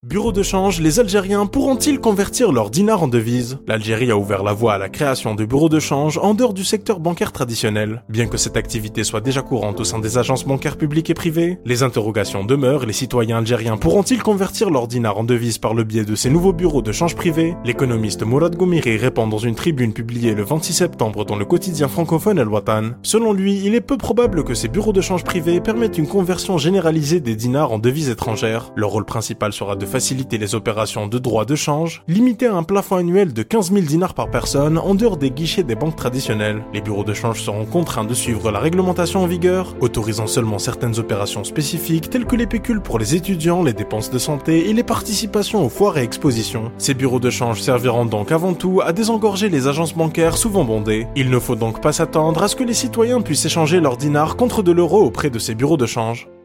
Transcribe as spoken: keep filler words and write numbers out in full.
Bureau de change, les Algériens pourront-ils convertir leur dinar en devises? L'Algérie a ouvert la voie à la création de bureaux de change en dehors du secteur bancaire traditionnel. Bien que cette activité soit déjà courante au sein des agences bancaires publiques et privées, les interrogations demeurent. Les citoyens algériens pourront-ils convertir leur dinar en devises par le biais de ces nouveaux bureaux de change privés? L'économiste Mourad Goumiri répond dans une tribune publiée le vingt-six septembre dans le quotidien francophone El Watan. Selon lui, il est peu probable que ces bureaux de change privés permettent une conversion généralisée des dinars en devises étrangères. Leur rôle principal sera de faciliter les opérations de droit de change, limité à un plafond annuel de quinze mille dinars par personne en dehors des guichets des banques traditionnelles. Les bureaux de change seront contraints de suivre la réglementation en vigueur, autorisant seulement certaines opérations spécifiques telles que les pécules pour les étudiants, les dépenses de santé et les participations aux foires et expositions. Ces bureaux de change serviront donc avant tout à désengorger les agences bancaires souvent bondées. Il ne faut donc pas s'attendre à ce que les citoyens puissent échanger leurs dinars contre de l'euro auprès de ces bureaux de change.